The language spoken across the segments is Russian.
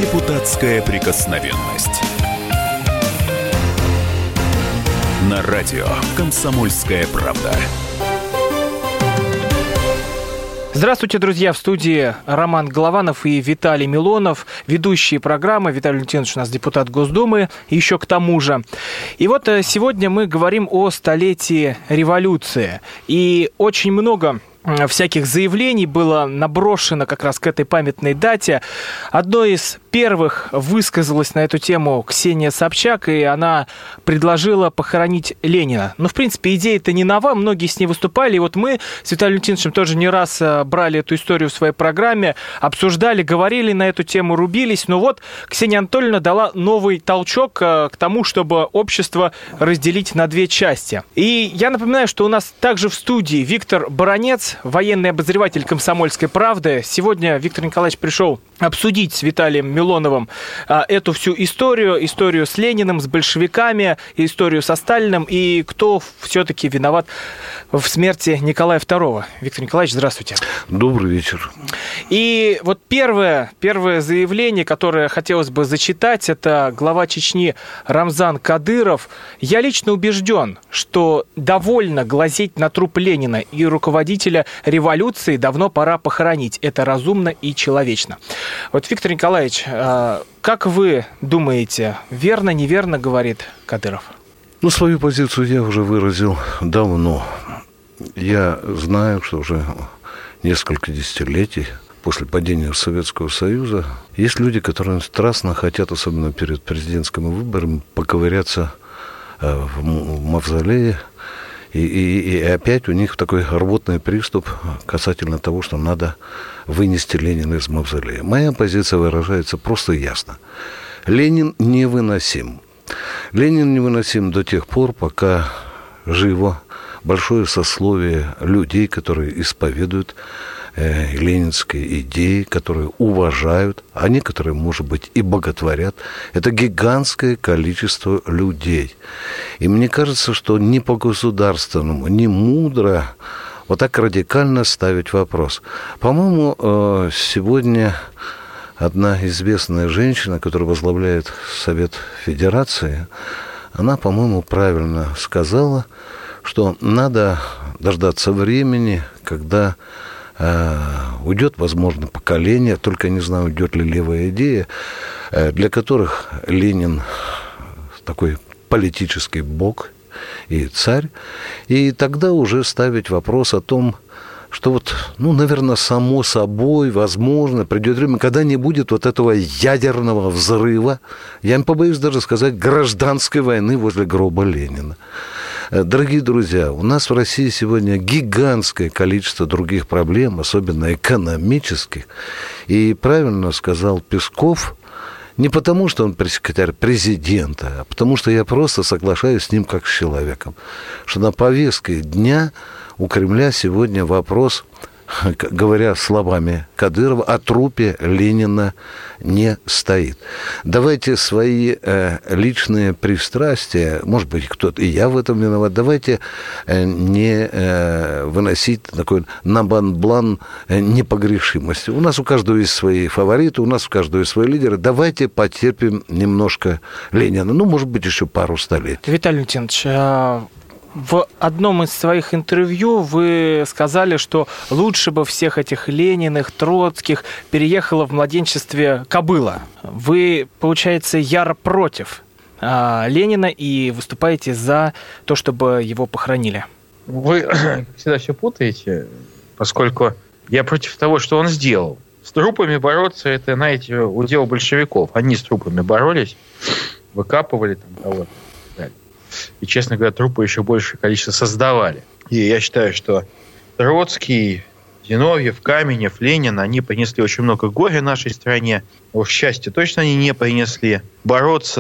Депутатская прикосновенность. На радио «Комсомольская правда». Здравствуйте, друзья! В студии Роман Голованов и Виталий Милонов, ведущие программы. Виталий Валентинович у нас депутат Госдумы, еще к тому же. И вот сегодня мы говорим о столетии революции. И очень много всяких заявлений было наброшено как раз к этой памятной дате. Одной из первых высказалась на эту тему Ксения Собчак, и она предложила похоронить Ленина. Но, в принципе, идея-то не нова, многие с ней выступали. И вот мы с Виталием Валентиновичем тоже не раз брали эту историю в своей программе, обсуждали, говорили на эту тему, рубились. Но вот Ксения Анатольевна дала новый толчок к тому, чтобы общество разделить на две части. И я напоминаю, что у нас также в студии Виктор Баранец, военный обозреватель «Комсомольской правды». Сегодня Виктор Николаевич пришел обсудить с Виталием Милоновым эту всю историю с Лениным, с большевиками, историю со Сталиным и кто все-таки виноват в смерти Николая II. Виктор Николаевич, здравствуйте. Добрый вечер. И вот первое заявление, которое хотелось бы зачитать, это глава Чечни Рамзан Кадыров. «Я лично убежден, что довольно глазеть на труп Ленина и руководителя революции давно пора похоронить. Это разумно и человечно». Вот, Виктор Николаевич, как вы думаете, верно, неверно говорит Кадыров? Свою позицию я уже выразил давно. Я знаю, что уже несколько десятилетий после падения Советского Союза есть люди, которые страстно хотят, особенно перед президентскими выборами, поковыряться в мавзолее. И опять у них такой рвотный приступ касательно того, что надо вынести Ленина из мавзолея. Моя позиция выражается просто ясно. Ленин невыносим. Ленин невыносим до тех пор, пока живо большое сословие людей, которые исповедуют ленинские идеи, которые уважают, а некоторые, может быть, и боготворят. Это гигантское количество людей. И мне кажется, что не по-государственному, не мудро вот так радикально ставить вопрос. По-моему, сегодня одна известная женщина, которая возглавляет Совет Федерации, она, по-моему, правильно сказала, что надо дождаться времени, когда уйдет, возможно, поколение, только не знаю, уйдет ли левая идея, для которых Ленин такой политический бог и царь, и тогда уже ставить вопрос о том, что наверное, само собой, возможно, придет время, когда не будет вот этого ядерного взрыва, я не побоюсь даже сказать, гражданской войны возле гроба Ленина. Дорогие друзья, у нас в России сегодня гигантское количество других проблем, особенно экономических. И правильно сказал Песков, не потому, что он пресс-секретарь президента, а потому, что я просто соглашаюсь с ним как с человеком, что на повестке дня у Кремля сегодня вопрос, говоря словами Кадырова, о трупе Ленина не стоит. Давайте свои личные пристрастия, может быть, кто-то, и я в этом виноват, давайте не выносить такой набан-блан непогрешимости. У нас у каждого есть свои фавориты, у нас у каждого есть свои лидеры. Давайте потерпим немножко Ленина. Может быть, еще пару столетий. Виталий Валентинович, в одном из своих интервью вы сказали, что лучше бы всех этих Лениных, Троцких переехала в младенчестве кобыла. Вы, получается, яро против Ленина и выступаете за то, чтобы его похоронили. Вы всегда все путаете, поскольку я против того, что он сделал. С трупами бороться, это, знаете, удел большевиков. Они с трупами боролись, выкапывали там кого-то. И, честно говоря, трупы еще большее количество создавали. И я считаю, что Троцкий, Зиновьев, Каменев, Ленин, они принесли очень много горя нашей стране. Уж счастья точно они не принесли. Бороться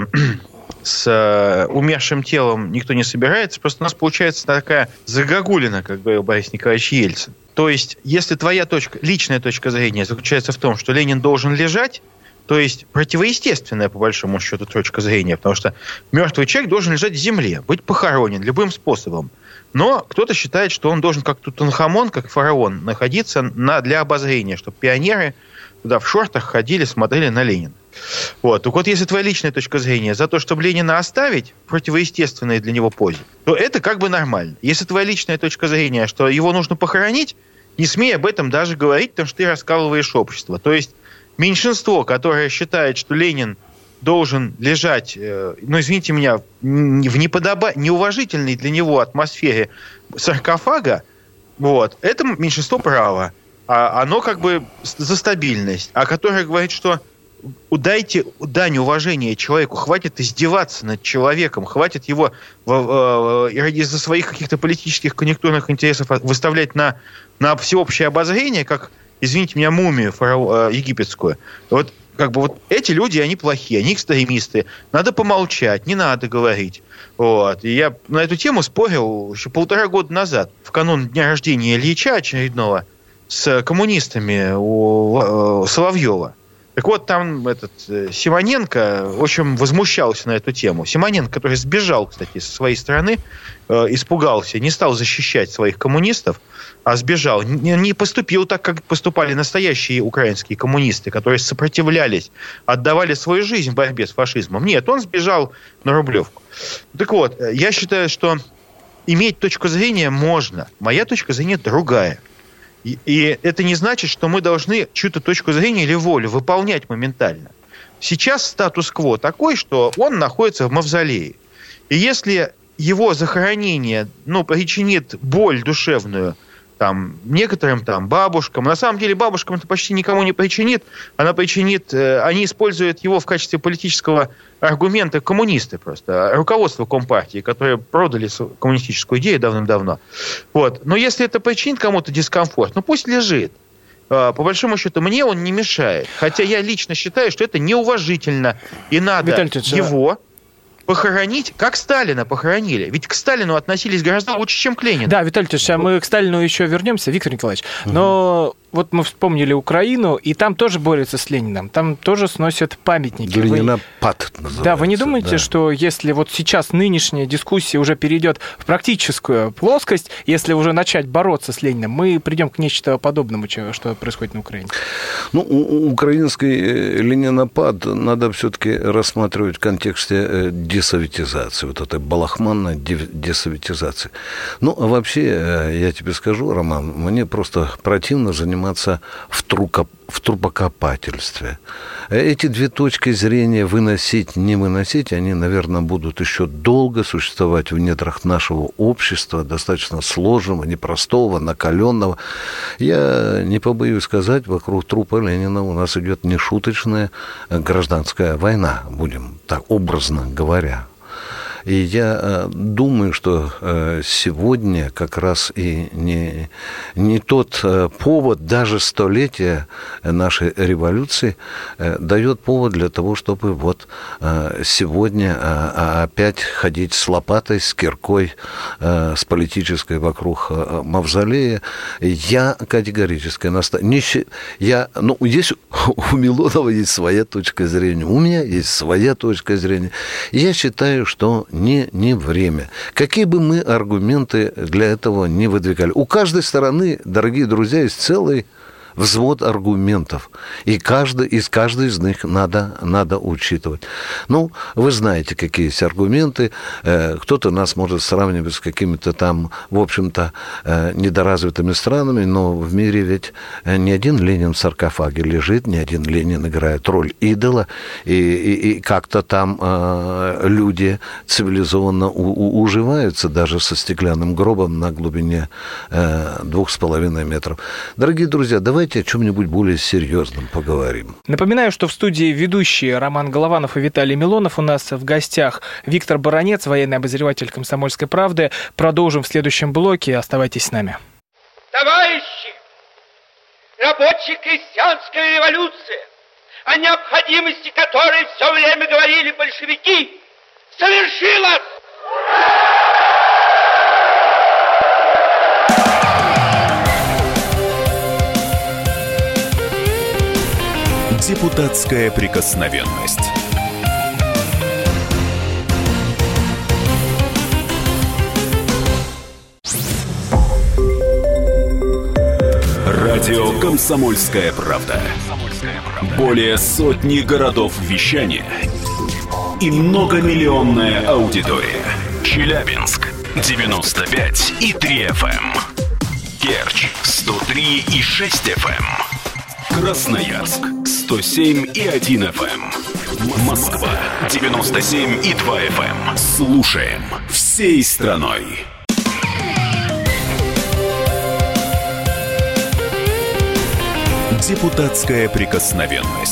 с умершим телом никто не собирается. Просто у нас получается такая загогулина, как говорил Борис Николаевич Ельцин. То есть, если твоя личная точка зрения заключается в том, что Ленин должен лежать, то есть противоестественная, по большому счету, точка зрения, потому что мертвый человек должен лежать в земле, быть похоронен любым способом. Но кто-то считает, что он должен, как Тутанхамон, как фараон, находиться для обозрения, чтобы пионеры туда в шортах ходили, смотрели на Ленина. Вот. Так вот, если твоя личная точка зрения за то, чтобы Ленина оставить в противоестественной для него позе, то это как бы нормально. Если твоя личная точка зрения, что его нужно похоронить, не смей об этом даже говорить, потому что ты раскалываешь общество. То есть меньшинство, которое считает, что Ленин должен лежать, извините меня, в неуважительной для него атмосфере саркофага, вот, это меньшинство права. Оно как бы за стабильность. А которое говорит, что дайте дань уважения человеку, хватит издеваться над человеком, хватит его из-за своих каких-то политических конъюнктурных интересов выставлять на всеобщее обозрение, как, извините меня, мумию египетскую. Вот как бы вот эти люди, они плохие, они экстремисты. Надо помолчать, не надо говорить. Вот. И я на эту тему спорил еще 1,5 года назад, в канун дня рождения Ильича очередного, с коммунистами у Соловьева. Так вот, там Симоненко очень возмущался на эту тему. Симоненко, который сбежал, кстати, со своей стороны, испугался, не стал защищать своих коммунистов, а сбежал. Не поступил так, как поступали настоящие украинские коммунисты, которые сопротивлялись, отдавали свою жизнь в борьбе с фашизмом. Нет, он сбежал на Рублевку. Так вот, я считаю, что иметь точку зрения можно. Моя точка зрения другая. И это не значит, что мы должны чью-то точку зрения или волю выполнять моментально. Сейчас статус-кво такой, что он находится в мавзолее. И если его захоронение причинит боль душевную некоторым бабушкам, на самом деле бабушкам это почти никому не причинит, они используют его в качестве политического аргумента коммунисты просто, руководство Компартии, которые продали коммунистическую идею давным-давно. Вот. Но если это причинит кому-то дискомфорт, пусть лежит. По большому счету, мне он не мешает. Хотя я лично считаю, что это неуважительно. И надо его похоронить, как Сталина похоронили. Ведь к Сталину относились гораздо лучше, чем к Ленину. Да, Виталий Ильич, мы к Сталину еще вернемся, Виктор Николаевич. Но вот мы вспомнили Украину, и там тоже борются с Лениным. Там тоже сносят памятники. Ленинопад называется. Да, вы не думаете, что если вот сейчас нынешняя дискуссия уже перейдет в практическую плоскость, если уже начать бороться с Лениным, мы придем к нечто подобному, что происходит на Украине? Украинский ленинопад надо все-таки рассматривать в контексте десоветизации, вот этой балахманной десоветизации. А вообще, я тебе скажу, Роман, мне просто противно заниматься в трупокопательстве. Эти две точки зрения, выносить, не выносить, они, наверное, будут еще долго существовать в недрах нашего общества, достаточно сложного, непростого, накаленного. Я не побоюсь сказать, вокруг трупа Ленина у нас идет нешуточная гражданская война, будем так образно говоря. И я думаю, что сегодня как раз и не тот повод, даже столетие нашей революции дает повод для того, чтобы вот сегодня опять ходить с лопатой, с киркой, с политической вокруг мавзолея. Я категорически настаиваю. Здесь у Милонова есть своя точка зрения, у меня есть своя точка зрения. Я считаю, что не время. Какие бы мы аргументы для этого не выдвигали. У каждой стороны, дорогие друзья, есть целый взвод аргументов. И каждый из них надо учитывать. Вы знаете, какие есть аргументы. Кто-то нас может сравнивать с какими-то там, в общем-то, недоразвитыми странами, но в мире ведь не один Ленин в саркофаге лежит, не один Ленин играет роль идола, и как-то там люди цивилизованно уживаются даже со стеклянным гробом на глубине 2,5 метров. Дорогие друзья, давайте о чем-нибудь более серьезном поговорим. Напоминаю, что в студии ведущие Роман Голованов и Виталий Милонов. У нас в гостях Виктор Баранец, военный обозреватель «Комсомольской правды». Продолжим в следующем блоке. Оставайтесь с нами. Товарищи, рабочая крестьянская революция, о необходимости которой все время говорили большевики, совершилась! Депутатская прикосновенность. Радио «Комсомольская правда». Более сотни городов вещания и многомиллионная аудитория. Челябинск 95,3 FM. Керчь 103,6 FM. Красноярск 107,1 FM. Москва 97,2 FM. Слушаем всей страной. Депутатская прикосновенность.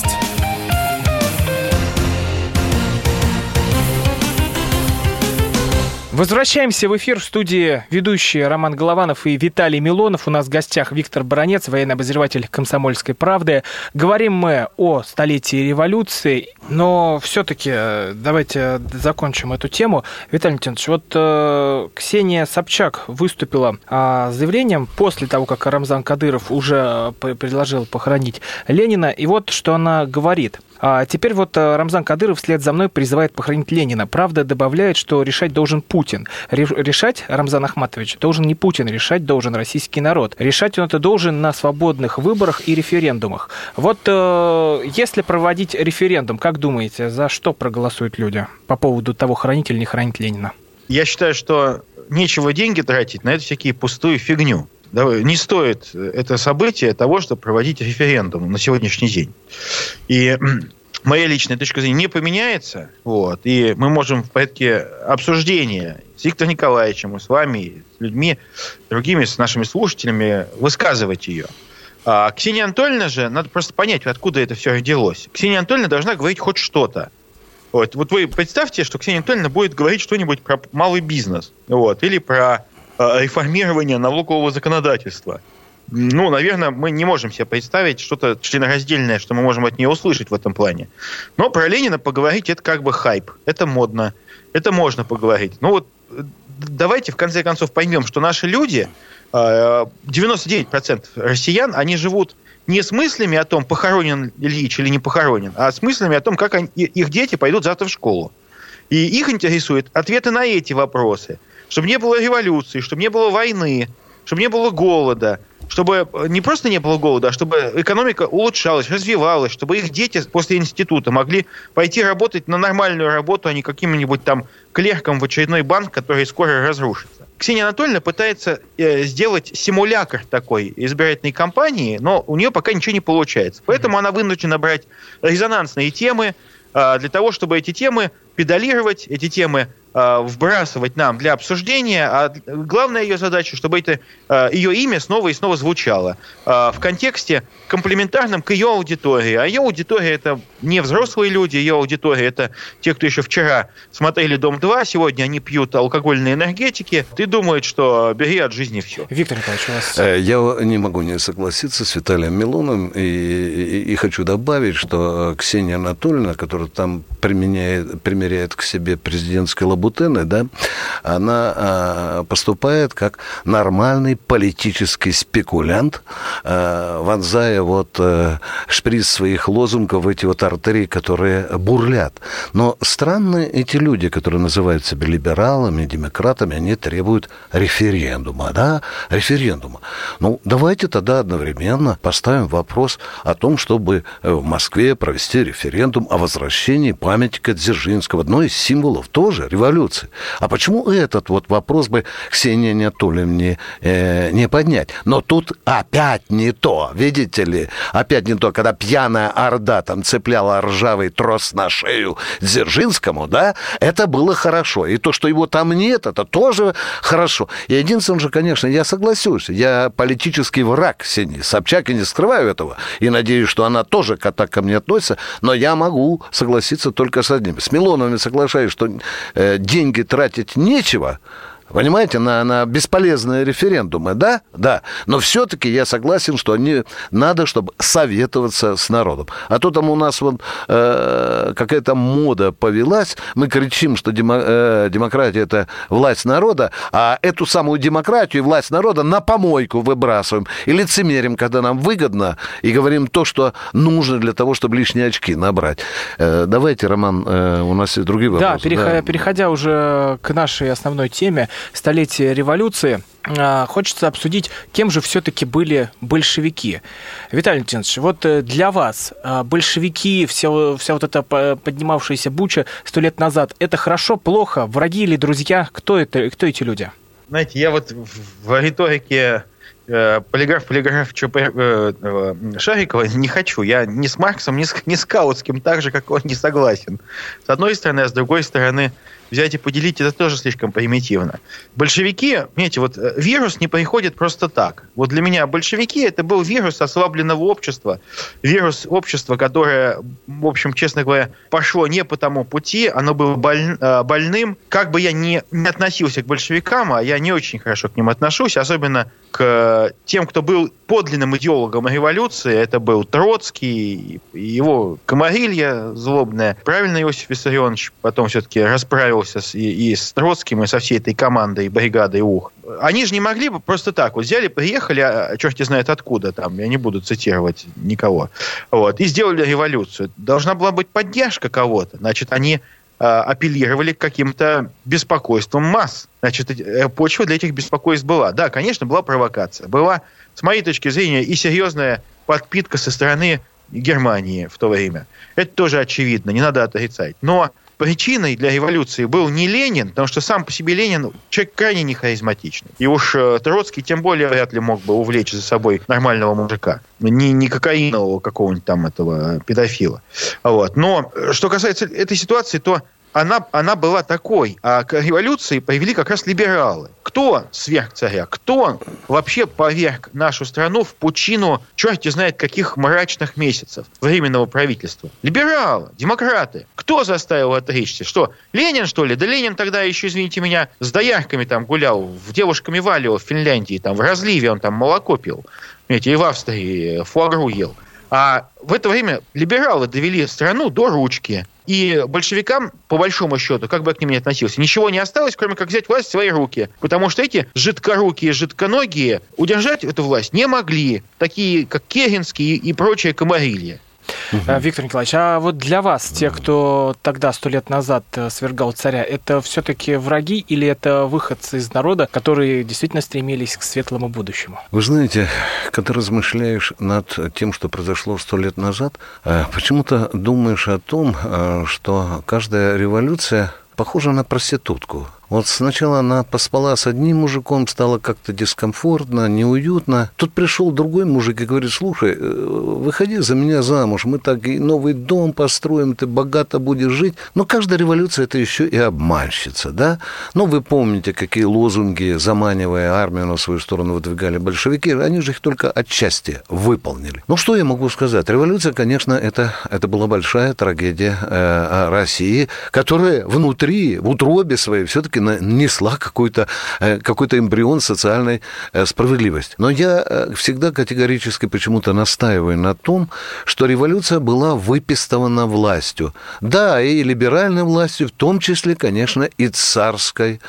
Возвращаемся в эфир. В студии ведущие Роман Голованов и Виталий Милонов. У нас в гостях Виктор Баранец, военный обозреватель «Комсомольской правды». Говорим мы о столетии революции, но все-таки давайте закончим эту тему. Виталий Леонидович, вот Ксения Собчак выступила с заявлением после того, как Рамзан Кадыров уже предложил похоронить Ленина. И вот что она говорит. Теперь вот Рамзан Кадыров вслед за мной призывает похоронить Ленина. Правда, добавляет, что решать должен Путин. Решать, Рамзан Ахматович, должен не Путин, решать должен российский народ. Решать он это должен на свободных выборах и референдумах. Вот если проводить референдум, как думаете, за что проголосуют люди по поводу того, хоронить или не хоронить Ленина? Я считаю, что нечего деньги тратить на эту всякие пустую фигню. Не стоит это событие того, чтобы проводить референдум на сегодняшний день. И моя личная точка зрения не поменяется. Вот, и мы можем в порядке обсуждения с Виктором Николаевичем, с вами, с людьми, другими, с нашими слушателями высказывать ее. А Ксения Анатольевна же, надо просто понять, откуда это все родилось. Ксения Анатольевна должна говорить хоть что-то. Вот вы представьте, что Ксения Анатольевна будет говорить что-нибудь про малый бизнес. Вот, или про реформирование налогового законодательства. Ну, наверное, мы не можем себе представить что-то членораздельное, что мы можем от нее услышать в этом плане. Но про Ленина поговорить — это как бы хайп, это модно, это можно поговорить. Ну вот давайте в конце концов поймем, что наши люди, 99% россиян, они живут не с мыслями о том, похоронен Ильич или не похоронен, а с мыслями о том, как их дети пойдут завтра в школу. И их интересуют ответы на эти вопросы. Чтобы не было революции, чтобы не было войны, чтобы не было голода, чтобы не просто не было голода, а чтобы экономика улучшалась, развивалась, чтобы их дети после института могли пойти работать на нормальную работу, а не каким-нибудь там клерком в очередной банк, который скоро разрушится. Ксения Анатольевна пытается сделать симулятор такой избирательной кампании, но у нее пока ничего не получается. Поэтому она вынуждена брать резонансные темы для того, чтобы эти темы педалировать, эти темы вбрасывать нам для обсуждения, а главная ее задача, чтобы это ее имя снова и снова звучало в контексте комплементарном к ее аудитории. А ее аудитория — это не взрослые люди, ее аудитория — это те, кто еще вчера смотрели «Дом-2», сегодня они пьют алкогольные энергетики и думают, что бери от жизни все. Виктор Николаевич, у вас... Я не могу не согласиться с Виталием Милоновым и хочу добавить, что Ксения Анатольевна, которая там примеряет к себе президентские лабутены, да, она поступает как нормальный политический спекулянт, вонзая вот шприц своих лозунгов в эти вот артерии, которые бурлят. Но странные эти люди, которые называют себя либералами, демократами, они требуют референдума, да, референдума. Ну, давайте тогда одновременно поставим вопрос о том, чтобы в Москве провести референдум о возвращении памятника Дзержинского, одно из символов тоже революции. А почему этот вот вопрос бы Ксении Анатольевне не поднять? Но тут опять не то, видите ли, опять не то, когда пьяная орда там цепляла ржавый трос на шею Дзержинскому, да, это было хорошо. И то, что его там нет, это тоже хорошо. И единственное же, конечно, я согласюсь, я политический враг Ксении Собчак и не скрываю этого, и надеюсь, что она тоже так ко мне относится, но я могу согласиться только с одним. С Милоновым соглашаюсь, что деньги тратить нечего, понимаете, на бесполезные референдумы, да? Да. Но все-таки я согласен, что надо, чтобы советоваться с народом. А то там у нас вот какая-то мода повелась, мы кричим, что демократия — это власть народа, а эту самую демократию и власть народа на помойку выбрасываем. И лицемерим, когда нам выгодно, и говорим то, что нужно для того, чтобы лишние очки набрать. Давайте, Роман, у нас есть другие вопросы. Да, переходя уже к нашей основной теме, столетия революции, хочется обсудить, кем же все-таки были большевики. Виталий Валентинович, вот для вас большевики, вся вот эта поднимавшаяся буча 100 лет назад, это хорошо, плохо, враги или друзья? Кто эти люди? Знаете, я вот в риторике полиграф Шарикова не хочу. Я ни с Марксом, ни с Каутским так же, как он, не согласен. С одной стороны, а с другой стороны, взять и поделить, это тоже слишком примитивно. Большевики, понимаете, вот вирус не приходит просто так. Вот для меня большевики — это был вирус ослабленного общества. Вирус общества, которое, в общем, честно говоря, пошло не по тому пути, оно было больным. Как бы я не относился к большевикам, а я не очень хорошо к ним отношусь, особенно к тем, кто был подлинным идеологом революции. Это был Троцкий, его комарилья злобная. Правильно Иосиф Виссарионович потом все-таки расправился и с Троцким, и со всей этой командой, бригадой УХ. Они же не могли бы просто так. Вот взяли, приехали, черт знает откуда там, я не буду цитировать никого, вот, и сделали революцию. Должна была быть поддержка кого-то. Значит, они апеллировали к каким-то беспокойствам масс. Значит, почва для этих беспокойств была. Да, конечно, была провокация. Была, с моей точки зрения, и серьезная подпитка со стороны Германии в то время. Это тоже очевидно, не надо отрицать. Но причиной для революции был не Ленин, потому что сам по себе Ленин человек крайне не харизматичный. И уж Троцкий тем более вряд ли мог бы увлечь за собой нормального мужика. Не кокаинового какого-нибудь там этого педофила. Вот. Но что касается этой ситуации, то она была такой. А к революции привели как раз либералы. Кто сверх царя? Кто вообще поверг нашу страну в пучину черти знает каких мрачных месяцев временного правительства? Либералы, демократы. Кто заставил отречься? Что, Ленин, что ли? Да Ленин тогда еще, извините меня, с доярками там гулял, в девушками валил в Финляндии, там в разливе он там молоко пил. Видите, и в Австрии фуагру ел. А в это время либералы довели страну до ручки. И большевикам, по большому счету, как бы я к ним ни относился, ничего не осталось, кроме как взять власть в свои руки. Потому что эти жидкорукие, жидконогие удержать эту власть не могли. Такие, как Керенский и прочие комарилья. Виктор Николаевич, а вот для вас, те, кто тогда, 100 лет назад свергал царя, это все-таки враги или это выходцы из народа, которые действительно стремились к светлому будущему? Вы знаете, когда размышляешь над тем, что произошло 100 лет назад, почему-то думаешь о том, что каждая революция похожа на проститутку. Вот сначала она поспала с одним мужиком, стало как-то дискомфортно, неуютно. Тут пришел другой мужик и говорит: слушай, выходи за меня замуж, мы так и новый дом построим, ты богато будешь жить. Но каждая революция — это еще и обманщица, да? Ну, вы помните, какие лозунги, заманивая армию на свою сторону, выдвигали большевики, они же их только отчасти выполнили. Ну, что я могу сказать? Революция, конечно, это была большая трагедия России, которая внутри, в утробе своей все-таки несла какой-то эмбрион социальной справедливости. Но я всегда категорически почему-то настаиваю на том, что революция была выпистована властью. Да, и либеральной властью, в том числе, конечно, и царской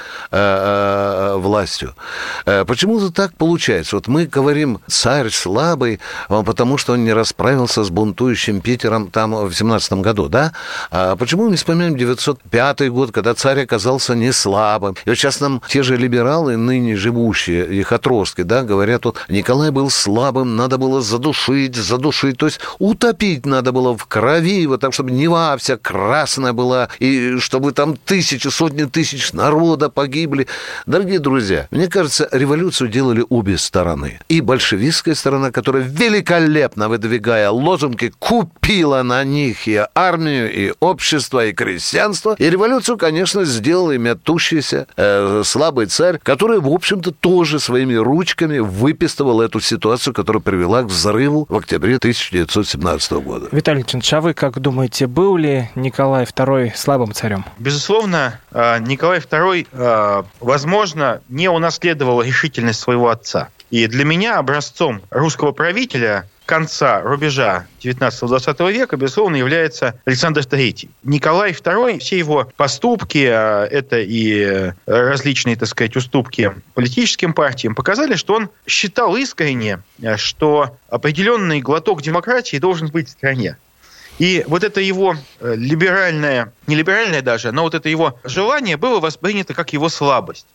властью. Почему-то так получается. Вот мы говорим, царь слабый, потому что он не расправился с бунтующим Питером там в 17 году, да? А почему мы не вспоминаем 905 год, когда царь оказался не слабым? И вот сейчас нам те же либералы, ныне живущие, их отростки, да, говорят, вот Николай был слабым, надо было задушить, то есть утопить надо было в крови, вот так, чтобы Нева вся красная была, и чтобы там сотни тысяч народа погибли. Дорогие друзья, мне кажется, революцию делали обе стороны. И большевистская сторона, которая великолепно, выдвигая лозунги, купила на них и армию, и общество, и крестьянство. И революцию, конечно, сделал и метущийся слабый царь, который, в общем-то, тоже своими ручками выпистывал эту ситуацию, которая привела к взрыву в октябре 1917 года. Виталий Валентинович, а вы как думаете, был ли Николай II слабым царем? Безусловно, Николай II, возможно, не унаследовал решительность своего отца. И для меня образцом русского правителя конца рубежа 19-20 века, безусловно, является Александр III. Николай II, все его поступки, это и различные, так сказать, уступки политическим партиям, показали, что он считал искренне, что определенный глоток демократии должен быть в стране. И вот это его либеральное, не либеральное даже, но вот это его желание было воспринято как его слабость.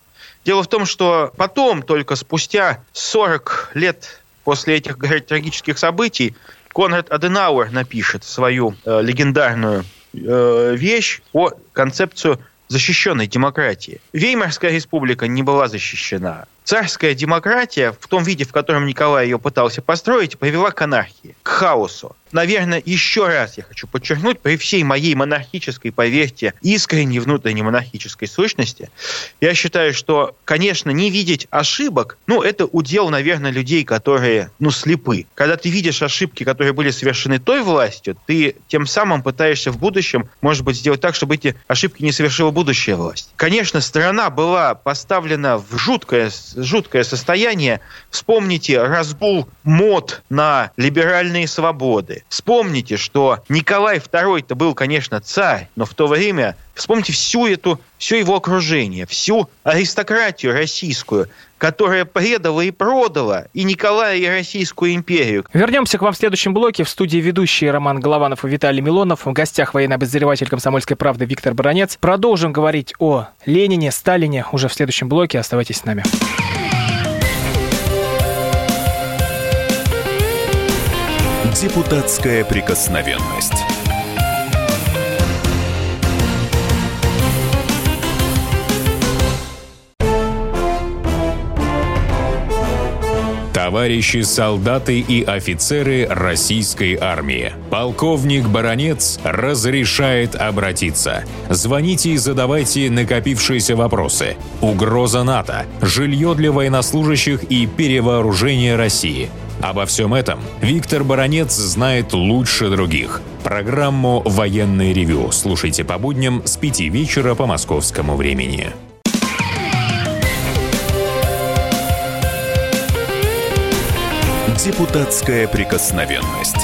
Дело в том, что потом, только спустя 40 лет после этих трагических событий, Конрад Аденауэр напишет свою легендарную вещь о концепцию защищенной демократии. Веймарская республика не была защищена. Царская демократия, в том виде, в котором Николай ее пытался построить, привела к анархии, к хаосу. Наверное, еще раз я хочу подчеркнуть, при всей моей монархической, поверьте, искренней внутренней монархической сущности, я считаю, что, конечно, не видеть ошибок, это удел, наверное, людей, которые, слепы. Когда ты видишь ошибки, которые были совершены той властью, ты тем самым пытаешься в будущем, может быть, сделать так, чтобы эти ошибки не совершила будущая власть. Конечно, страна была поставлена в жуткое состояние. Вспомните разгул мод на либеральные свободы. Вспомните, что Николай II-то был, конечно, царь, но в то время вспомните все его окружение, всю аристократию российскую, которая предала и продала и Николая, и Российскую империю. Вернемся к вам в следующем блоке. В студии ведущие Роман Голованов и Виталий Милонов. В гостях военный обозреватель «Комсомольской правды» Виктор Баранец. Продолжим говорить о Ленине, Сталине уже в следующем блоке. Оставайтесь с нами. Депутатская прикосновенность. Товарищи солдаты и офицеры российской армии. Полковник Баранец разрешает обратиться. Звоните и задавайте накопившиеся вопросы. Угроза НАТО, жилье для военнослужащих и перевооружение России. Обо всем этом Виктор Баранец знает лучше других. Программу «Военное ревю» слушайте по будням с 5 вечера по московскому времени. Депутатская прикосновенность.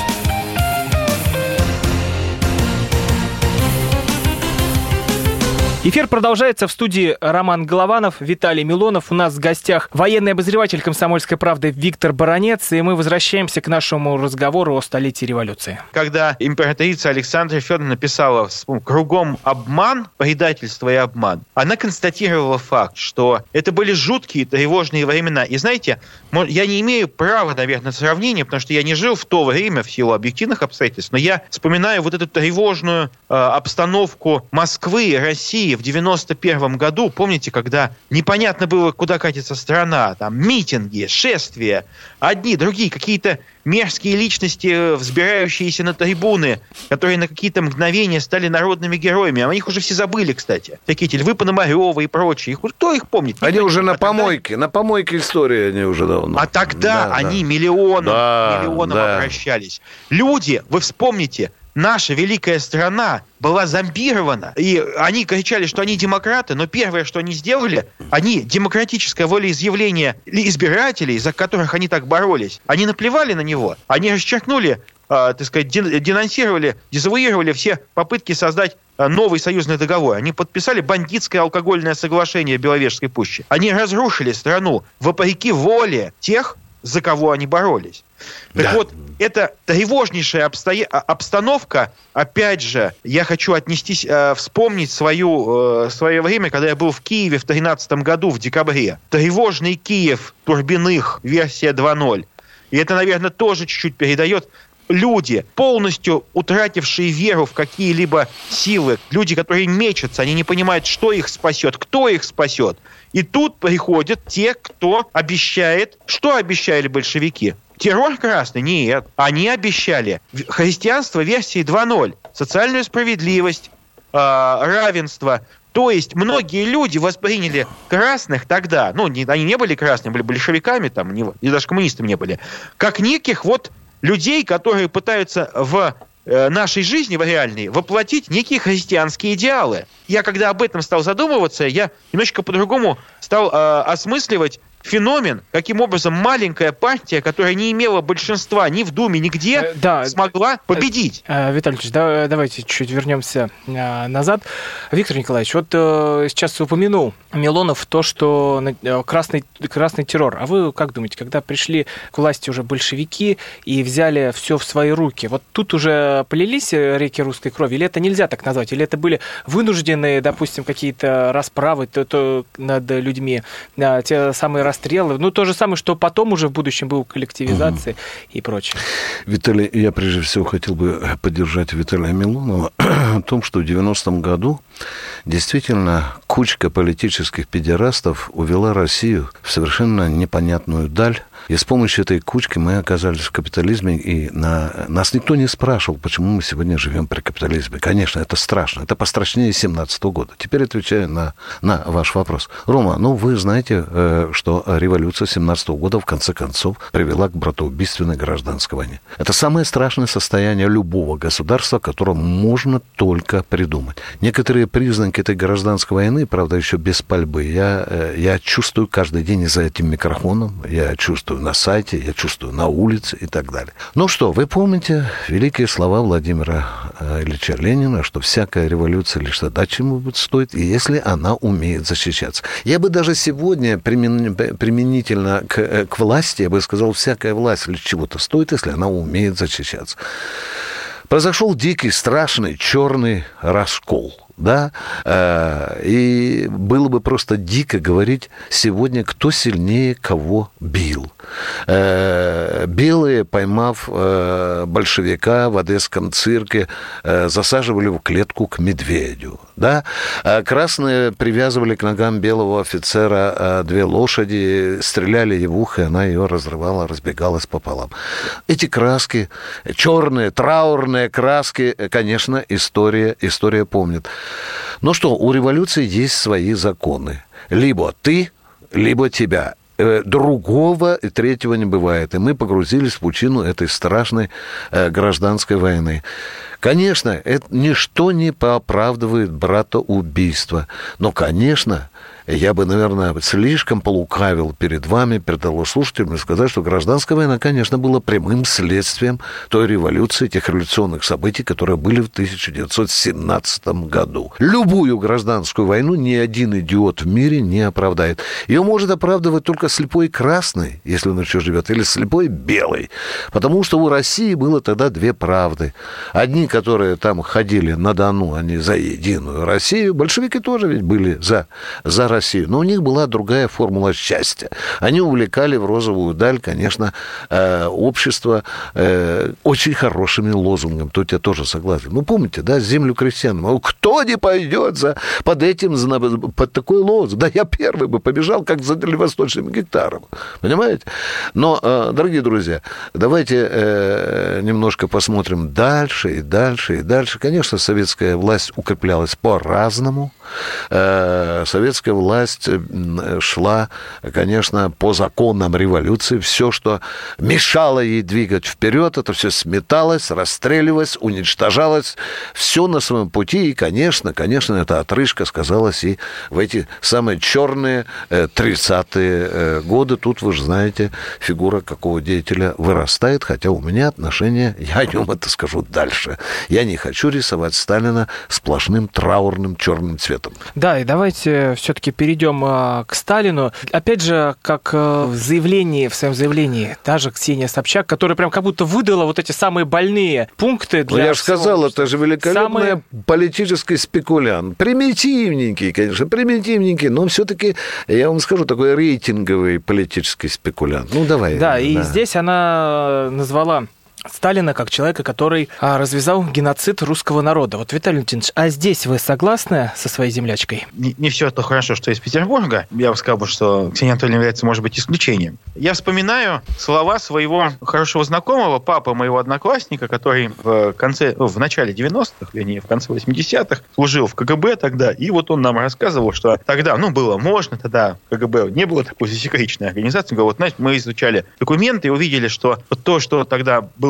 Эфир продолжается. В студии Роман Голованов, Виталий Милонов. У нас в гостях военный обозреватель «Комсомольской правды» Виктор Баранец. И мы возвращаемся к нашему разговору о столетии революции. Когда императрица Александра Федоровна писала «Кругом обман, предательство и обман», она констатировала факт, что это были жуткие, тревожные времена. И знаете, я не имею права, наверное, на сравнение, потому что я не жил в то время в силу объективных обстоятельств, но я вспоминаю вот эту тревожную обстановку Москвы, России в 91 году. Помните, когда непонятно было, куда катится страна, там митинги, шествия, одни, другие, какие-то мерзкие личности, взбирающиеся на трибуны, которые на какие-то мгновения стали народными героями. А о них уже все забыли, кстати. Такие Львы Пономарёвы и прочие. Кто их помнит? Они уже на помойке. На помойке истории они уже давно. А тогда они миллионом обращались. Люди, вы вспомните, наша великая страна была зомбирована, и они кричали, что они демократы, но первое, что они сделали, они демократическое волеизъявление избирателей, за которых они так боролись, они наплевали на него, они расчеркнули, денонсировали, дезавуировали все попытки создать новый союзный договор. Они подписали бандитское алкогольное соглашение Беловежской пущи. Они разрушили страну вопреки воле тех, за кого они боролись. Так вот, это тревожнейшая обстановка. Опять же, я хочу вспомнить свое время, когда я был в Киеве в 2013 году, в декабре. Тревожный Киев Турбиных, версия 2.0. И это, наверное, тоже чуть-чуть передает. Люди, полностью утратившие веру в какие-либо силы, люди, которые мечутся, они не понимают, что их спасет, кто их спасет. И тут приходят те, кто обещает. Что обещали большевики? Террор красный? Нет. Они обещали христианство версии 2.0, социальную справедливость, равенство. То есть многие люди восприняли красных тогда, они не были красными, были большевиками, и даже коммунистами не были, как неких людей, которые пытаются в нашей жизни, в реальной, воплотить некие христианские идеалы. Я, когда об этом стал задумываться, я немножечко по-другому стал осмысливать феномен, каким образом маленькая партия, которая не имела большинства ни в Думе, нигде, смогла победить. Виталий Ильич, давайте чуть вернемся назад. Виктор Николаевич, вот сейчас упомянул Милонов то, что красный террор. А вы как думаете, когда пришли к власти уже большевики и взяли все в свои руки, вот тут уже полились реки русской крови? Или это нельзя так назвать? Или это были вынужденные, допустим, какие-то расправы над людьми, те самые расстрелы, то же самое, что потом уже в будущем был коллективизация и прочее? Виталий, я прежде всего хотел бы поддержать Виталия Милонова о том, что в 90-м году действительно кучка политических педерастов увела Россию в совершенно непонятную даль. И с помощью этой кучки мы оказались в капитализме, и нас никто не спрашивал, почему мы сегодня живем при капитализме. Конечно, это страшно, это пострашнее 17-го года. Теперь отвечаю на ваш вопрос. Рома, вы знаете, что революция 17-го года в конце концов привела к братоубийственной гражданской войне. Это самое страшное состояние любого государства, которое можно только придумать. Некоторые признаки этой гражданской войны, правда, еще без пальбы, я чувствую каждый день за этим микрофоном, я чувствую на сайте, я чувствую на улице и так далее. Вы помните великие слова Владимира Ильича Ленина, что всякая революция лишь тогда чему-нибудь стоит, и если она умеет защищаться. Я бы даже сегодня применительно к власти, я бы сказал, всякая власть лишь чего-то стоит, если она умеет защищаться. Произошел дикий, страшный, черный раскол. Да, и было бы просто дико говорить сегодня, кто сильнее кого бил. Белые, поймав большевика в Одесском цирке, засаживали в клетку к медведю. Да? Красные привязывали к ногам белого офицера 2 лошади, стреляли ей в ухо, и она ее разрывала, разбегалась пополам. Эти краски, черные, траурные краски, конечно, история помнит. У революции есть свои законы. Либо ты, либо тебя. Другого и третьего не бывает. И мы погрузились в пучину этой страшной гражданской войны. Конечно, это ничто не оправдывает братоубийство. Но, конечно, я бы, наверное, слишком полукавил перед вами, перед слушателями, сказать, что гражданская война, конечно, была прямым следствием той революции, тех революционных событий, которые были в 1917 году. Любую гражданскую войну ни один идиот в мире не оправдает. Ее может оправдывать только слепой красный, если он еще живет, или слепой белый. Потому что у России было тогда 2 правды. Одни, которые там ходили на Дону, они за единую Россию. Большевики тоже ведь были за Россию. Но у них была другая формула счастья. Они увлекали в розовую даль, конечно, общество очень хорошими лозунгами. Тут я тоже согласен. Помните, да, землю крестьянам. Кто не пойдет под такой лозунг? Да я первый бы побежал, как за дальневосточным гектаром. Понимаете? Но, дорогие друзья, давайте немножко посмотрим дальше и дальше и дальше. Конечно, советская власть укреплялась по-разному. Советская власть шла, конечно, по законам революции. Все, что мешало ей двигать вперед, это все сметалось, расстреливалось, уничтожалось. Все на своем пути. И, конечно, эта отрыжка сказалась и в эти самые черные 30-е годы. Тут, вы же знаете, фигура какого деятеля вырастает, хотя у меня отношение, я о нем это скажу дальше. Я не хочу рисовать Сталина сплошным траурным черным цветом. Да, и давайте все-таки перейдем к Сталину. Опять же, как в своем заявлении, даже Ксения Собчак, которая прям как будто выдала вот эти самые больные пункты для... Я же сказал, это же великолепный политический спекулянт. Примитивненький, конечно, но все-таки, я вам скажу, такой рейтинговый политический спекулянт. Давай. Да, и здесь она назвала Сталина как человека, который развязал геноцид русского народа. Вот, Виталий Валентинович, а здесь вы согласны со своей землячкой? Не все то хорошо, что из Петербурга. Я бы сказал, что Ксения Анатольевна является, может быть, исключением. Я вспоминаю слова своего хорошего знакомого, папы моего одноклассника, который в начале 90-х, вернее, в конце 80-х служил в КГБ тогда, и вот он нам рассказывал, что тогда, было можно, тогда КГБ не было такой засекреченной организации. Он говорит, мы изучали документы и увидели, что то, что тогда было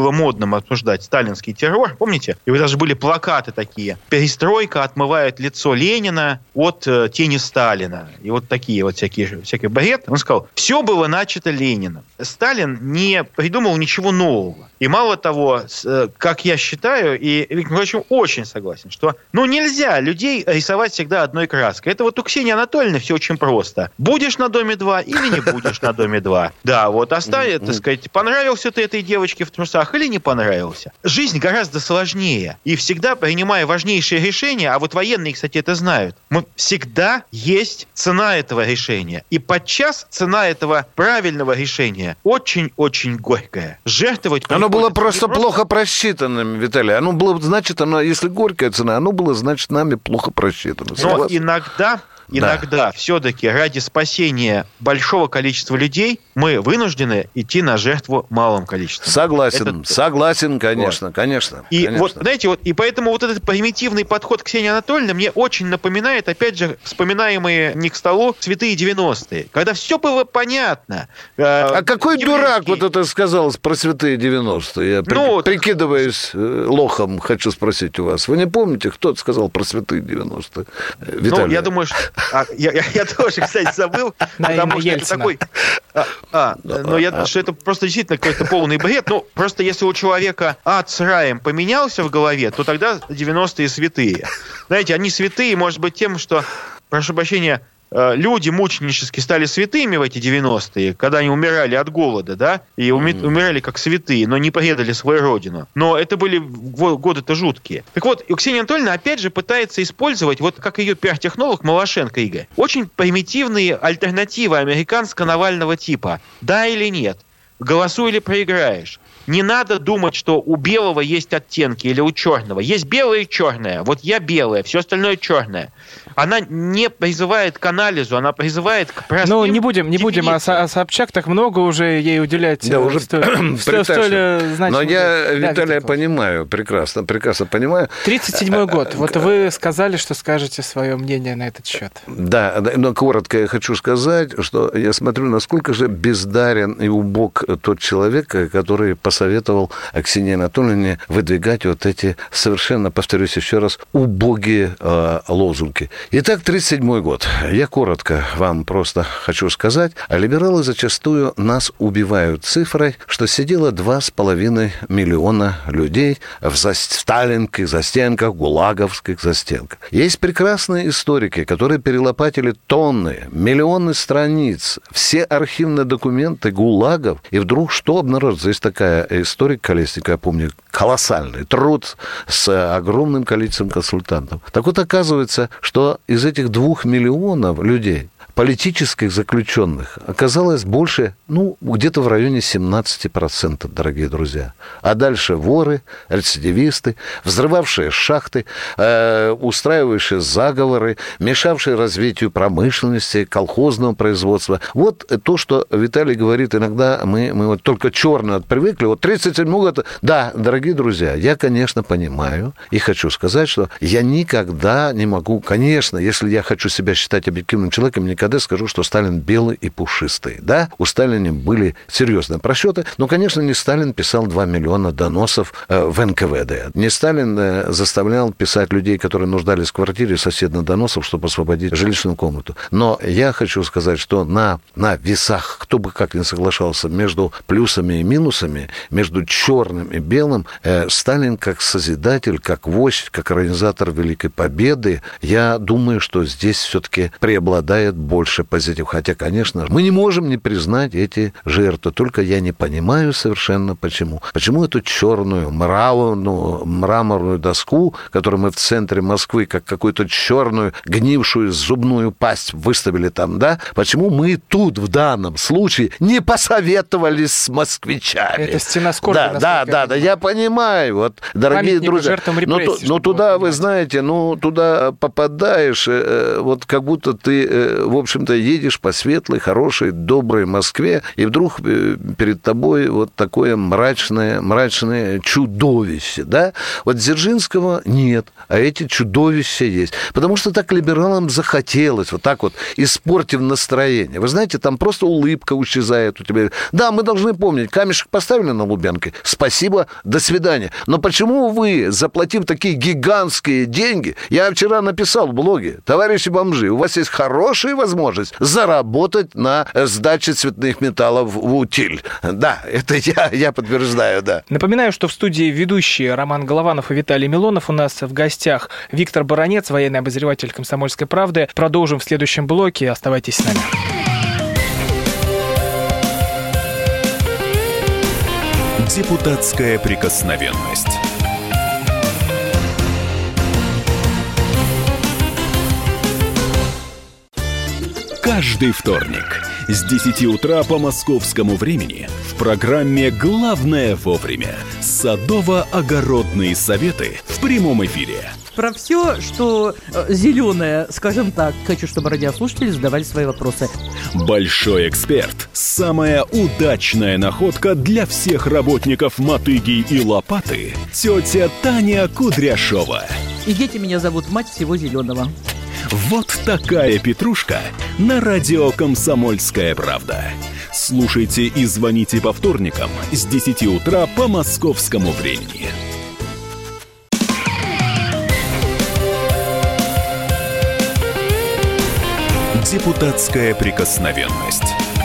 было модным обсуждать сталинский террор, помните? И даже были плакаты такие. Перестройка отмывает лицо Ленина от тени Сталина. И вот такие вот всякий бред. Он сказал, все было начато Лениным. Сталин не придумал ничего нового. И мало того, как я считаю, и Виктор Николаевич очень согласен, что нельзя людей рисовать всегда одной краской. Это вот у Ксении Анатольевны все очень просто. Будешь на Доме 2 или не будешь на Доме 2. Да, вот оставит, так сказать, понравился ты этой девочке в трусах или не понравился. Жизнь гораздо сложнее. И всегда, принимая важнейшие решения, а вот военные, кстати, это знают, всегда есть цена этого решения. И подчас цена этого правильного решения очень-очень горькая. Жертвовать... Оно было просто плохо просчитанным, Виталий. Оно было, значит, если горькая цена, оно было, значит, нами плохо просчитано. Но иногда все-таки ради спасения большого количества людей мы вынуждены идти на жертву малым количеством. Согласен, конечно, вот. Конечно. И конечно. вот, знаете, и поэтому вот этот примитивный подход Ксении Анатольевны мне очень напоминает, опять же, вспоминаемые не к столу святые 90-е, когда все было понятно. А какой дурак вот это сказал про святые 90-е? Я прикидываясь лохом, хочу спросить у вас. Вы не помните, кто это сказал про святые 90-е? Виталий. Я думаю, что... Я тоже, кстати, забыл, потому что это такой... что это просто действительно какой-то полный бред. Просто если у человека ад с раем поменялся в голове, то тогда 90-е святые. Знаете, они святые, может быть, тем, что, прошу прощения, люди мученически стали святыми в эти 90-е, когда они умирали от голода, да, и умирали как святые, но не предали свою родину. Но это были годы-то жуткие. Так вот, Ксения Анатольевна опять же пытается использовать, вот как ее пиар-технолог Малашенко Игорь, очень примитивные альтернативы американско-навального типа. Да или нет? Голосуй или проиграешь. Не надо думать, что у белого есть оттенки или у черного. Есть белое и черное. Вот я белая, все остальное черное. Она не призывает к анализу, она призывает к простым не будем, а Собчак так много уже ей уделять. Да, уже но я Виталия понимаю, прекрасно понимаю. 37-й год. Вот вы сказали, что скажете свое мнение на этот счет. Да, но коротко я хочу сказать, что я смотрю, насколько же бездарен и убог тот человек, который посоветовал Ксении Анатольевне выдвигать вот эти совершенно, повторюсь еще раз, убогие лозунги. Итак, 1937 год. Я коротко вам просто хочу сказать. Либералы зачастую нас убивают цифрой, что сидело 2,5 миллиона людей в сталинских застенках, гулаговских застенках. Есть прекрасные историки, которые перелопатили тонны, миллионы страниц, все архивные документы гулагов, и вдруг что обнаружится? Есть такая историк Колесникова, я помню, колоссальный труд с огромным количеством консультантов. Так вот, оказывается, что из этих 2 миллионов людей, политических заключенных, оказалось больше, где-то в районе 17%, дорогие друзья. А дальше воры, рецидивисты, взрывавшие шахты, устраивающие заговоры, мешавшие развитию промышленности, колхозного производства. Вот то, что Виталий говорит, иногда мы вот только черно привыкли. Вот 37 год, да, дорогие друзья, я, конечно, понимаю и хочу сказать, что я никогда не могу, конечно, если я хочу себя считать объективным человеком, никогда скажу, что Сталин белый и пушистый. Да, у Сталина были серьезные просчеты, но, конечно, не Сталин писал 2 миллиона доносов в НКВД. Не Сталин заставлял писать людей, которые нуждались в квартире, соседних доносов, чтобы освободить жилищную комнату. Но я хочу сказать, что на весах, кто бы как ни соглашался, между плюсами и минусами, между черным и белым, Сталин как созидатель, как вождь, как организатор Великой Победы, я думаю, что здесь все-таки преобладает больше позитив. Хотя, конечно, мы не можем не признать эти жертвы. Только я не понимаю совершенно почему. Почему эту черную мраморную доску, которую мы в центре Москвы, как какую-то черную гнившую зубную пасть выставили там, да? Почему мы тут в данном случае не посоветовались с москвичами? Это стена скорби. Да, я понимаю. Вот, дорогие друзья, но туда, вы знаете, туда попадаешь, вот как будто ты, в общем-то, едешь по светлой, хорошей, доброй Москве, и вдруг перед тобой вот такое мрачное чудовище, да? Вот Дзержинского нет, а эти чудовища есть. Потому что так либералам захотелось, вот так вот, испортив настроение. Вы знаете, там просто улыбка исчезает у тебя. Да, мы должны помнить, камешек поставили на Лубянке, спасибо, до свидания. Но почему вы, заплатив такие гигантские деньги, я вчера написал в блоге, товарищи бомжи, у вас есть хорошая возможность заработать на сдаче цветных металлов в утиль. Да, это я подтверждаю, да. Напоминаю, что в студии ведущие Роман Голованов и Виталий Милонов. У нас в гостях Виктор Баранец, военный обозреватель «Комсомольской правды». Продолжим в следующем блоке. Оставайтесь с нами. Депутатская прикосновенность. Каждый вторник с 10 утра по московскому времени в программе «Главное вовремя» садово-огородные советы в прямом эфире. Про все, что зеленое, скажем так. Хочу, чтобы радиослушатели задавали свои вопросы. Большой эксперт. Самая удачная находка для всех работников мотыги и лопаты. Тетя Таня Кудряшова. И дети меня зовут мать всего зеленого. Вот такая петрушка на радио «Комсомольская правда». Слушайте и звоните по вторникам с 10 утра по московскому времени. Депутатская прикосновенность.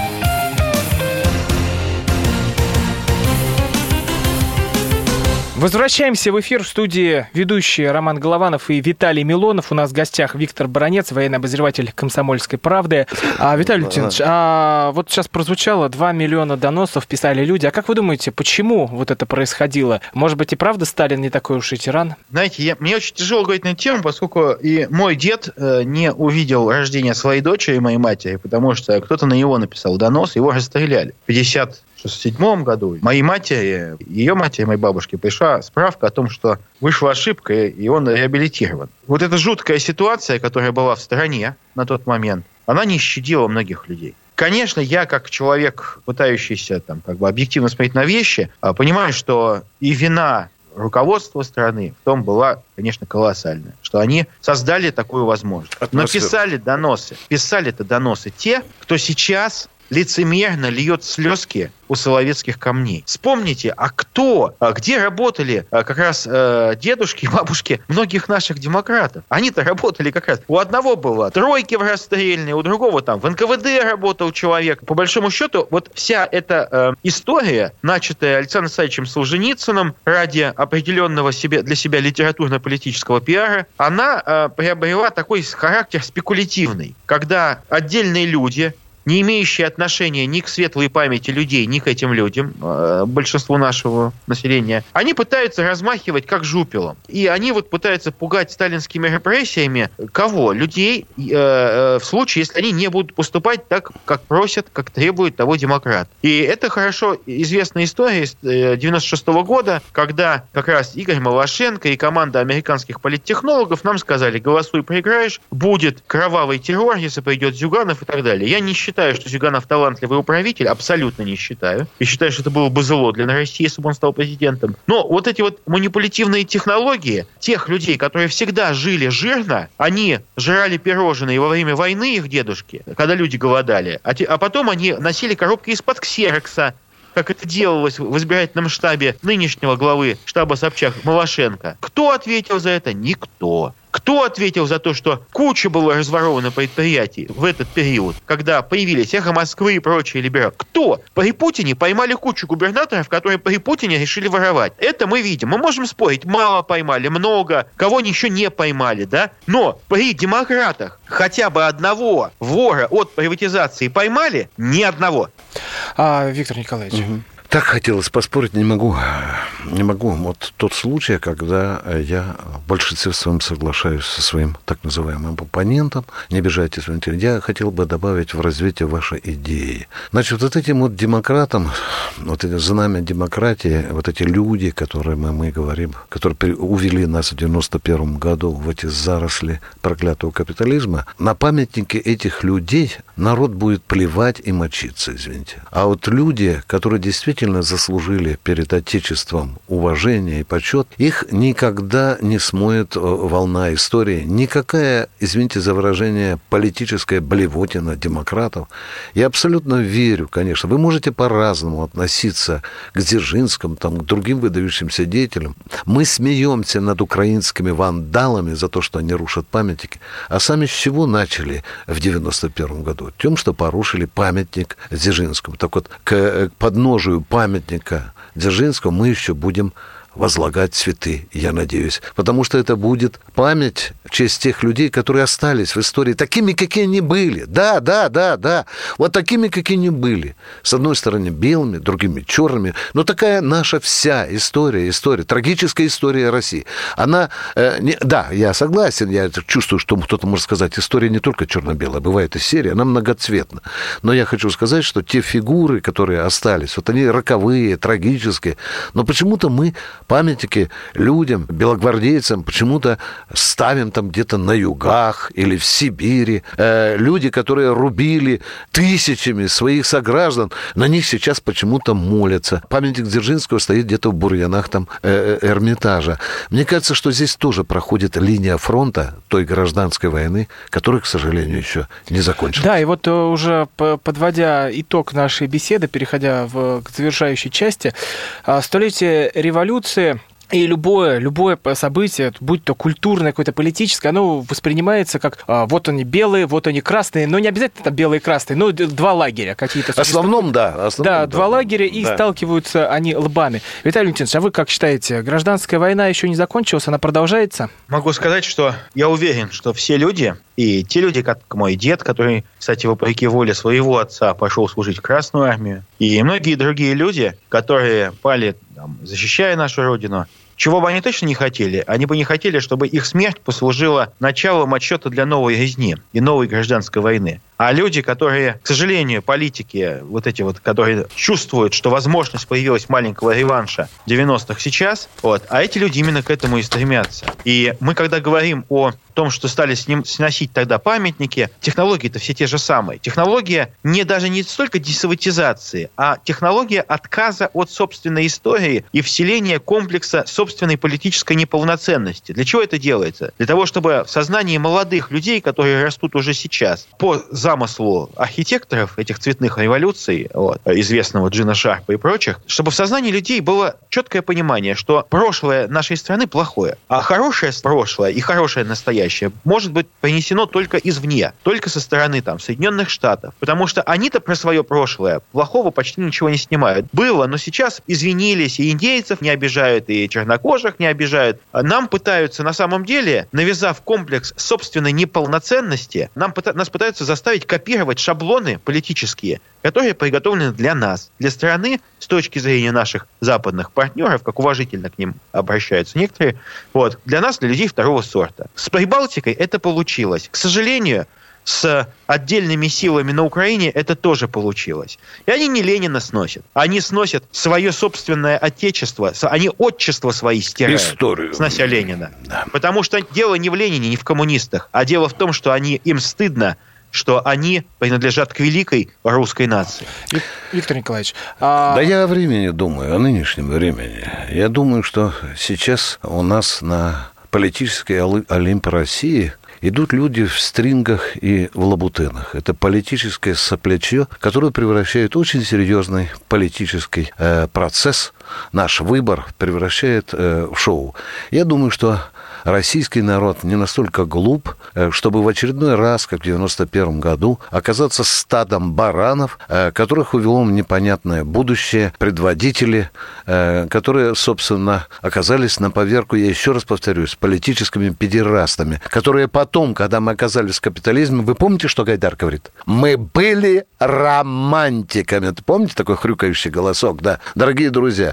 Возвращаемся в эфир. В студии ведущие Роман Голованов и Виталий Милонов. У нас в гостях Виктор Баранец, военный обозреватель «Комсомольской правды». Виталий Леонидович, вот сейчас прозвучало 2 миллиона доносов, писали люди. А как вы думаете, почему вот это происходило? Может быть, и правда Сталин не такой уж и тиран? Знаете, мне очень тяжело говорить на эту тему, поскольку и мой дед не увидел рождения своей дочери, моей матери, потому что кто-то на него написал донос, его расстреляли. В 1967 году моей матери, ее матери, моей бабушке, пришла справка о том, что вышла ошибка, и он реабилитирован. Вот эта жуткая ситуация, которая была в стране на тот момент, она не щадила многих людей. Конечно, я, как человек, пытающийся объективно смотреть на вещи, понимаю, что и вина руководства страны в том была, конечно, колоссальная, что они создали такую возможность. Но писали-то доносы те, кто сейчас лицемерно льет слезки у соловецких камней. Вспомните, где работали как раз дедушки и бабушки многих наших демократов? Они-то работали как раз. У одного было тройки в расстрельные, у другого там в НКВД работал человек. По большому счету, вот вся эта история, начатая Александром Александровичем Солженицыным ради определенного для себя литературно-политического пиара, она приобрела такой характер спекулятивный, когда отдельные люди, не имеющие отношения ни к светлой памяти людей, ни к этим людям, большинству нашего населения, они пытаются размахивать как жупелом. И они пытаются пугать сталинскими репрессиями кого? Людей, в случае, если они не будут поступать так, как просят, как требует того демократ. И это хорошо известная история с 1996 года, когда как раз Игорь Малашенко и команда американских политтехнологов нам сказали: голосуй, проиграешь, будет кровавый террор, если пойдет Зюганов и так далее. Я не считаю, что Зюганов талантливый управитель, абсолютно не считаю. И считаю, что это было бы зло для России, если бы он стал президентом. Но вот эти манипулятивные технологии тех людей, которые всегда жили жирно, они жрали пирожные во время войны, их дедушки, когда люди голодали, а потом они носили коробки из-под ксерокса, как это делалось в избирательном штабе нынешнего главы штаба Собчак Малашенко. Кто ответил за это? Никто. Кто ответил за то, что куча было разворовано предприятий в этот период, когда появились «Эхо Москвы» и прочие либералы? Кто? При Путине поймали кучу губернаторов, которые при Путине решили воровать. Это мы видим. Мы можем спорить, мало поймали, много, кого еще не поймали, да? Но при демократах хотя бы одного вора от приватизации поймали? Ни одного. Виктор Николаевич. Так хотелось поспорить, не могу. не могу. Вот тот случай, когда я в большинстве своем соглашаюсь со своим так называемым оппонентом, не обижайтесь, я хотел бы добавить в развитие вашей идеи. Значит, вот этим вот демократам, вот эти знамя демократии, вот эти люди, которые мы говорим, которые увели нас в 91 году в эти заросли проклятого капитализма, на памятники этих людей народ будет плевать и мочиться, извините. А вот люди, которые действительно заслужили перед Отечеством уважение и почет, их никогда не смоет волна истории. Никакая, извините за выражение, политическая блевотина демократов. Я абсолютно верю, конечно. Вы можете по-разному относиться к Дзержинскому, там, к другим выдающимся деятелям. Мы смеемся над украинскими вандалами за то, что они рушат памятники. А сами с чего начали в 91 году? Тем, что порушили памятник Дзержинскому. Так вот, к подножию памятника Дзержинского мы еще будем возлагать цветы, я надеюсь. Потому что это будет память в честь тех людей, которые остались в истории такими, какие они были. Да. Вот такими, какие они были. С одной стороны белыми, другими черными. Но такая наша вся история, трагическая история России. Она... да, я согласен, я чувствую, что кто-то может сказать, история не только черно-белая, бывает и серия, она многоцветна. Но я хочу сказать, что те фигуры, которые остались, вот они роковые, трагические. Но почему-то мы памятники людям, белогвардейцам почему-то ставим там где-то на югах или в Сибири. Люди, которые рубили тысячами своих сограждан, на них сейчас почему-то молятся. Памятник Дзержинского стоит где-то в бурьянах там Эрмитажа. Мне кажется, что здесь тоже проходит линия фронта той гражданской войны, которая, к сожалению, еще не закончилась. Да, и вот уже подводя итог нашей беседы, переходя к завершающей части, столетие революции и любое событие, будь то культурное, какое-то политическое, оно воспринимается как вот они белые, вот они красные, но не обязательно там белые и красные, но два лагеря какие-то. В основном, да. Два лагеря, и сталкиваются они лбами. Виталий Валентинович, а вы как считаете, гражданская война еще не закончилась, она продолжается? Могу сказать, что я уверен, что все люди, и те люди, как мой дед, который, кстати, вопреки воле своего отца пошел служить в Красную армию, и многие другие люди, которые пали, защищая нашу Родину, чего бы они точно не хотели? Они бы не хотели, чтобы их смерть послужила началом отсчета для новой резни и новой гражданской войны. А люди, которые, к сожалению, политики, вот эти вот, которые чувствуют, что возможность появилась маленького реванша 90-х сейчас, а эти люди именно к этому и стремятся. И мы, когда говорим о том, что стали сносить тогда памятники, технологии-то все те же самые. Технология даже не столько десоветизации, а технология отказа от собственной истории и вселения комплекса собственной политической неполноценности. Для чего это делается? Для того, чтобы в сознании молодых людей, которые растут уже сейчас, по замыслу архитекторов этих цветных революций, известного Джина Шарпа и прочих, чтобы в сознании людей было четкое понимание, что прошлое нашей страны плохое, а хорошее прошлое и хорошее настоящее может быть принесено только извне, только со стороны Соединенных Штатов, потому что они-то про свое прошлое плохого почти ничего не снимают. Было, но сейчас извинились, и индейцев не обижают, и чернокожих не обижают. Нам пытаются на самом деле, навязав комплекс собственной неполноценности, нас пытаются заставить копировать шаблоны политические, которые приготовлены для нас, для страны, с точки зрения наших западных партнеров, как уважительно к ним обращаются некоторые, для нас, для людей второго сорта. С Прибалтикой это получилось. К сожалению, с отдельными силами на Украине это тоже получилось. И они не Ленина сносят. Они сносят свое собственное отечество, они отчество свои стирают. Историю. Снося Ленина. Да. Потому что дело не в Ленине, не в коммунистах, а дело в том, что им стыдно, что они принадлежат к великой русской нации. Виктор Николаевич. Да я о времени думаю, о нынешнем времени. Я думаю, что сейчас у нас на политической Олимпе России идут люди в стрингах и в лабутенах. Это политическое соплячье, которое превращает очень серьезный политический процесс, наш выбор превращает в шоу. Я думаю, что российский народ не настолько глуп, чтобы в очередной раз, как в 91 году, оказаться стадом баранов, которых увело в непонятное будущее, предводители, которые, собственно, оказались на поверку, я еще раз повторюсь, политическими педерастами, которые потом, когда мы оказались в капитализме, вы помните, что Гайдар говорит? Мы были романтиками. Помните такой хрюкающий голосок? Да, дорогие друзья,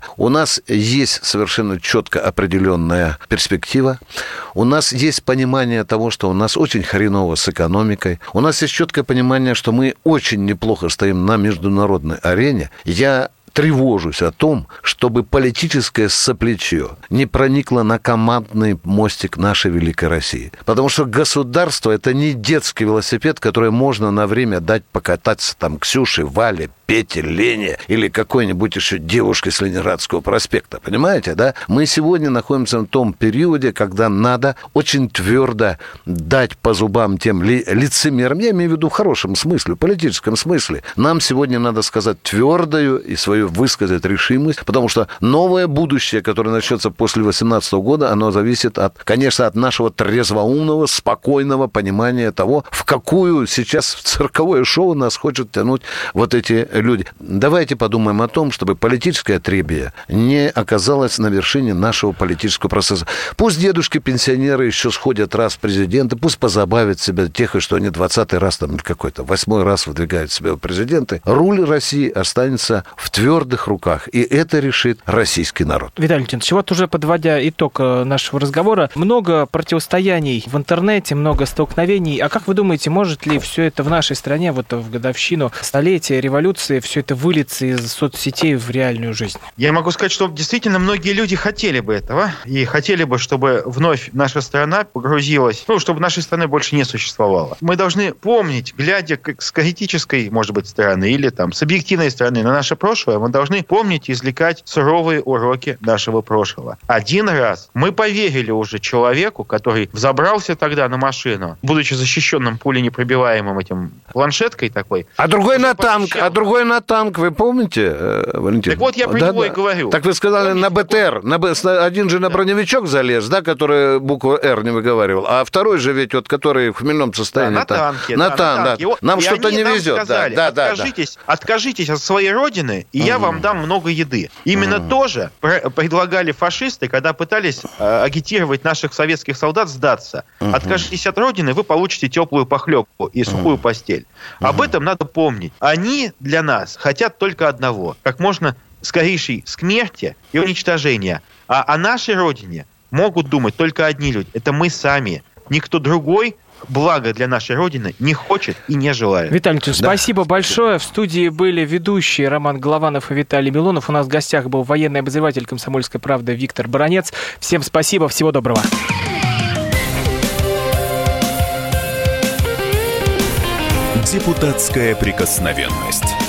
это. У нас есть совершенно четко определенная перспектива. У нас есть понимание того, что у нас очень хреново с экономикой. У нас есть четкое понимание, что мы очень неплохо стоим на международной арене. Я тревожусь о том, чтобы политическое сцепличье не проникло на командный мостик нашей великой России. Потому что государство – это не детский велосипед, который можно на время дать покататься там Ксюше, Вале, Пете, Лене или какой-нибудь еще девушке с Ленинградского проспекта. Понимаете, да? Мы сегодня находимся в том периоде, когда надо очень твердо дать по зубам тем лицемерам, я имею в виду в хорошем смысле, в политическом смысле. Нам сегодня надо сказать твердую и свою высказать решимость, потому что новое будущее, которое начнется после 2018 года, оно зависит, конечно, от нашего трезвоумного, спокойного понимания того, в какую сейчас цирковое шоу нас хочет тянуть вот эти люди. Давайте подумаем о том, чтобы политическое отребье не оказалось на вершине нашего политического процесса. Пусть дедушки-пенсионеры еще сходят раз в президенты, пусть позабавят себя тех, что они 20-й раз, там, или какой-то 8-й раз выдвигают себя в президенты. Руль России останется в твердых руках, и это решит российский народ. Виталий Леонидович, вот уже подводя итог нашего разговора, много противостояний в интернете, много столкновений. А как вы думаете, может ли все это в нашей стране, вот в годовщину столетия революции, все это вылиться из соцсетей в реальную жизнь? Я могу сказать, что действительно многие люди хотели бы этого, и хотели бы, чтобы вновь наша страна погрузилась, чтобы нашей страны больше не существовало. Мы должны помнить, глядя с критической, может быть, стороны, или там с объективной стороны на наше прошлое, мы должны помнить и извлекать суровые уроки нашего прошлого. Один раз мы поверили уже человеку, который взобрался тогда на машину, будучи защищенным пуленепробиваемым этим планшеткой такой. А другой на танк, вы помните, Валентин? Так вот я про него и говорю. Так вы сказали, помните, на БТР, один же на броневичок залез, да, который букву «Р» не выговаривал, а второй же ведь, вот, который в хмельном состоянии. На танке. На танке. Нам что-то не везет. Сказали, откажитесь от своей родины, и я вам дам много еды. Именно то же предлагали фашисты, когда пытались агитировать наших советских солдат сдаться. Откажитесь от родины, вы получите теплую похлебку и сухую постель. Об этом надо помнить. Они для нас хотят только одного. Как можно скорейшей смерти и уничтожения. А о нашей родине могут думать только одни люди. Это мы сами. Никто другой благо для нашей Родины не хочет и не желает. Виталий Ильич, спасибо большое. В студии были ведущие Роман Голованов и Виталий Милонов. У нас в гостях был военный обозреватель «Комсомольской правды» Виктор Баранец. Всем спасибо, всего доброго. Депутатская прикосновенность.